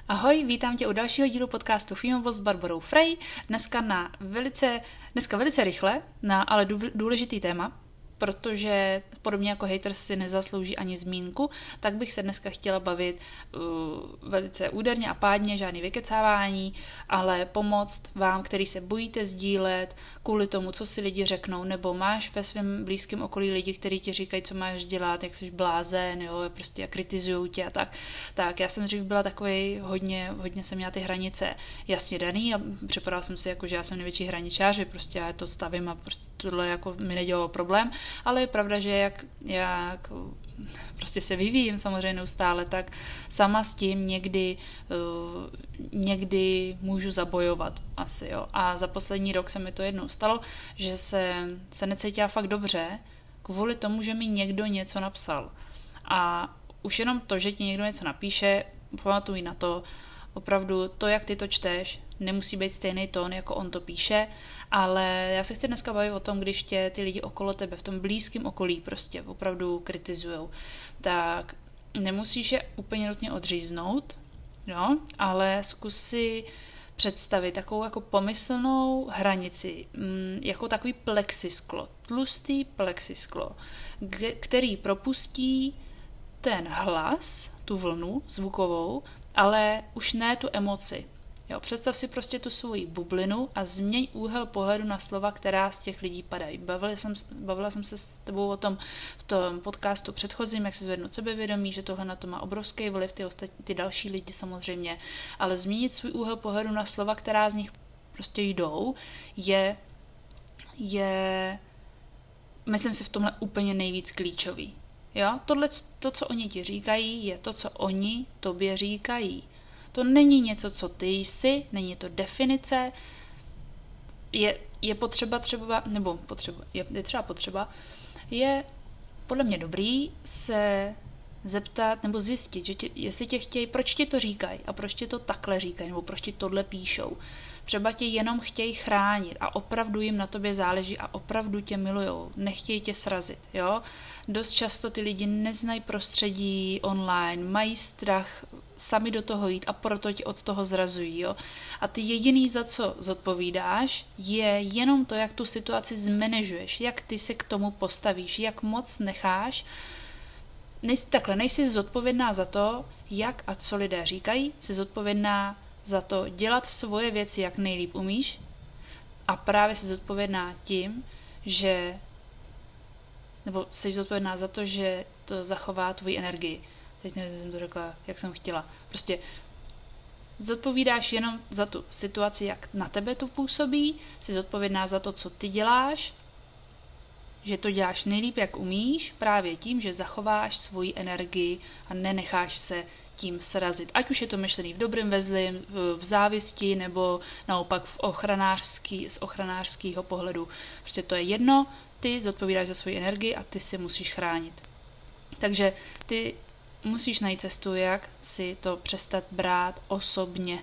Ahoj, vítám tě u dalšího dílu podcastu Female Boss s Barborou Frey. Dneska velice rychle, na ale důležitý téma, protože podobně jako haters si nezaslouží ani zmínku, tak bych se dneska chtěla bavit velice úderně a pádně, žádný vykecávání, ale pomoct vám, který se bojíte sdílet kvůli tomu, co si lidi řeknou, nebo máš ve svém blízkém okolí lidi, kteří ti říkají, co máš dělat, jak jsi blázen, jo, prostě kritizujou tě a tak. Tak já jsem dřív byla takový hodně jsem měla ty hranice jasně daný a připadala jsem si jako, že já jsem největší hraničář, že prostě já to stavím a prostě tohle jako mi nedělalo problém, ale je pravda, že jak prostě se vyvíjím samozřejmě neustále, tak sama s tím někdy můžu zabojovat asi, jo. A za poslední rok se mi to jednou stalo, že se necítila fakt dobře kvůli tomu, že mi někdo něco napsal. A už jenom to, že ti někdo něco napíše, pamatuj na to, opravdu to, jak ty to čteš, nemusí být stejný tón, jako on to píše, ale já se chci dneska bavit o tom, když tě ty lidi okolo tebe v tom blízkém okolí prostě opravdu kritizujou, tak nemusíš je úplně nutně odříznout, jo, ale zkus si představit takovou jako pomyslnou hranici, jako takový plexisklo, tlustý plexisklo, který propustí ten hlas, tu vlnu zvukovou, ale už ne tu emoci. Jo, představ si prostě tu svoji bublinu a změň úhel pohledu na slova, která z těch lidí padají. Bavila jsem se s tebou o tom v tom podcastu předchozím, jak se zvednout sebevědomí, že tohle na to má obrovský vliv, ty další lidi samozřejmě, ale změnit svůj úhel pohledu na slova, která z nich prostě jdou, je myslím si v tomhle úplně nejvíc klíčový. Jo? Tohle, to, co oni ti říkají, je to, co oni tobě říkají. To není něco, co ty jsi, není to definice, je je podle mě dobrý se zeptat nebo zjistit, jestli tě chtějí, proč ti to říkají a proč ti to takhle říkají, nebo proč ti tohle píšou. Třeba tě jenom chtějí chránit a opravdu jim na tobě záleží a opravdu tě milujou, nechtějí tě srazit, jo. Dost často ty lidi neznají prostředí online, mají strach sami do toho jít a proto tě od toho zrazují, jo. A ty jediný, za co zodpovídáš, je jenom to, jak tu situaci zmanéžuješ, jak ty se k tomu postavíš, jak moc necháš. Nejsi zodpovědná za to, jak a co lidé říkají, jsi zodpovědná za to dělat svoje věci, jak nejlíp umíš a právě jsi zodpovědná tím, nebo jsi zodpovědná za to, že to zachová tvoji energii. Teď nevím, jsem to řekla, jak jsem chtěla. Prostě zodpovídáš jenom za tu situaci, jak na tebe to působí, jsi zodpovědná za to, co ty děláš, že to děláš nejlíp, jak umíš, právě tím, že zachováš svoji energii a nenecháš se tím srazit. Ať už je to myšlený v dobrým, ve zlým, v závisti, nebo naopak z ochranářského pohledu. Prostě to je jedno, ty zodpovídáš za svoji energii a ty si musíš chránit. Takže ty musíš najít cestu, jak si to přestat brát osobně.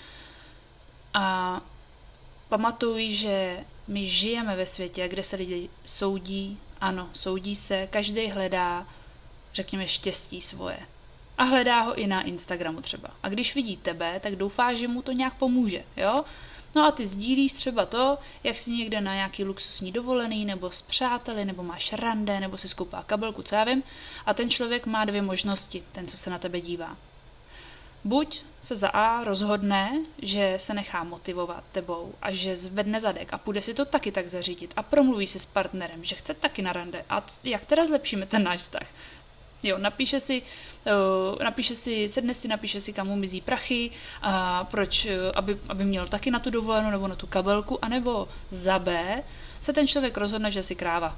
A pamatuj, že my žijeme ve světě, kde se lidi soudí, ano, soudí se, každý hledá, řekněme, štěstí svoje. A hledá ho i na Instagramu třeba. A když vidí tebe, tak doufá, že mu to nějak pomůže, jo? No a ty sdílíš třeba to, jak jsi někde na nějaký luxusní dovolený, nebo s přáteli, nebo máš rande, nebo si skoupá kabelku, co já vím. A ten člověk má dvě možnosti, ten, co se na tebe dívá. Buď se za A rozhodne, že se nechá motivovat tebou a že zvedne zadek a půjde si to taky tak zařídit a promluví si s partnerem, že chce taky na rande a jak teda zlepšíme ten náš vztah. Jo, sedne si, napíše si, kam mu mizí prachy, a proč, aby měl taky na tu dovolenou nebo na tu kabelku, anebo za B se ten člověk rozhodne, že si kráva.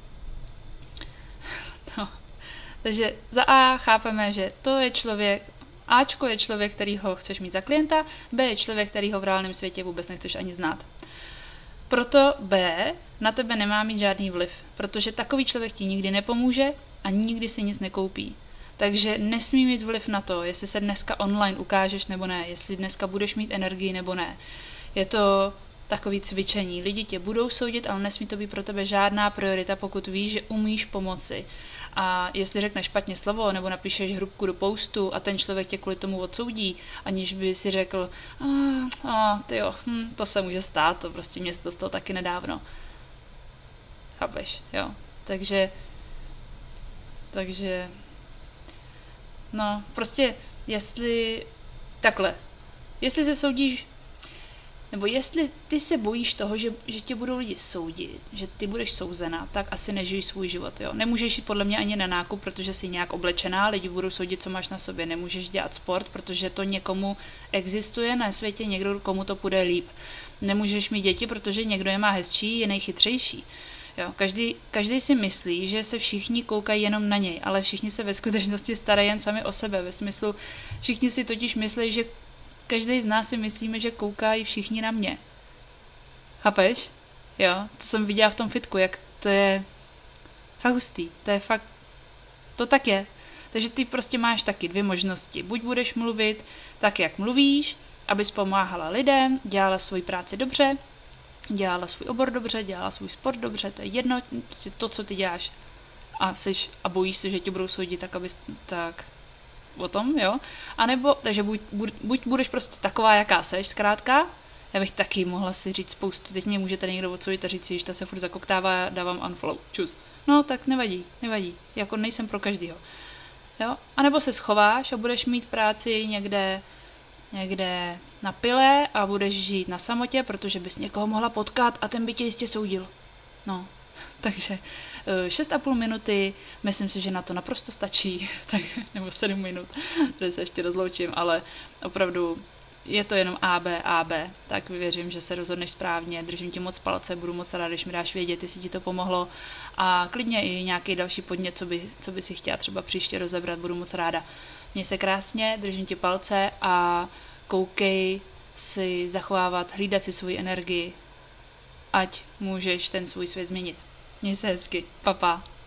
No. Takže za A chápeme, že to je člověk, Ačko je člověk, kterýho chceš mít za klienta, B je člověk, kterýho v reálném světě vůbec nechceš ani znát. Proto B na tebe nemá mít žádný vliv, protože takový člověk ti nikdy nepomůže a nikdy si nic nekoupí. Takže nesmí mít vliv na to, jestli se dneska online ukážeš nebo ne, jestli dneska budeš mít energii nebo ne. Je to takový cvičení. Lidi tě budou soudit, ale nesmí to být pro tebe žádná priorita, pokud víš, že umíš pomoci. A jestli řekneš špatně slovo nebo napíšeš hrubku do postu a ten člověk tě kvůli tomu odsoudí, aniž by si řekl, to se může stát, to prostě mě to stalo taky nedávno. Chápeš, jo. Takže no, prostě jestli se soudíš, nebo jestli ty se bojíš toho, že tě budou lidi soudit, že ty budeš souzena, tak asi nežiješ svůj život, jo. Nemůžeš jít podle mě ani na nákup, protože jsi nějak oblečená, lidi budou soudit, co máš na sobě. Nemůžeš dělat sport, protože to někomu existuje na světě, někdo, komu to půjde líp. Nemůžeš mít děti, protože někdo je má hezčí, jiný chytřejší. Jo, každý si myslí, že se všichni koukají jenom na něj, ale všichni se ve skutečnosti starají jen sami o sebe. Ve smyslu, všichni si totiž myslí, že každý z nás si myslíme, že koukají všichni na mě. Chápeš? Jo, to jsem viděla v tom fitku, jak to je fakt hustý. To je fakt, to tak je. Takže ty prostě máš taky 2 možnosti. Buď budeš mluvit tak, jak mluvíš, abys pomáhala lidem, dělala svoji práci dobře, dělala svůj obor dobře, dělala svůj sport dobře, to je jedno, prostě to, co ty děláš a bojíš se, že tě budou soudit, tak o tom, jo. A nebo, takže buď budeš prostě taková, jaká seš, zkrátka, já bych taky mohla si říct spoustu, teď mě může tady někdo odsoudit a říct si, že ta se furt zakoktává, dávám unfollow, čus. No, tak nevadí, jako nejsem pro každýho. Jo? A nebo se schováš a budeš mít práci někde na pile a budeš žít na samotě, protože bys někoho mohla potkat a ten by tě jistě soudil. No, takže 6,5 minuty, myslím si, že na to naprosto stačí, tak, nebo 7 minut, že se ještě rozloučím, ale opravdu je to jenom AB, tak věřím, že se rozhodneš správně, držím ti moc palce, budu moc ráda, když mi dáš vědět, jestli ti to pomohlo a klidně i nějaký další podnět, co by si chtěla třeba příště rozebrat, budu moc ráda. Měj se krásně, držím ti palce a koukej si zachovávat, hlídat si svoji energii, ať můžeš ten svůj svět změnit. Měj se hezky, pa.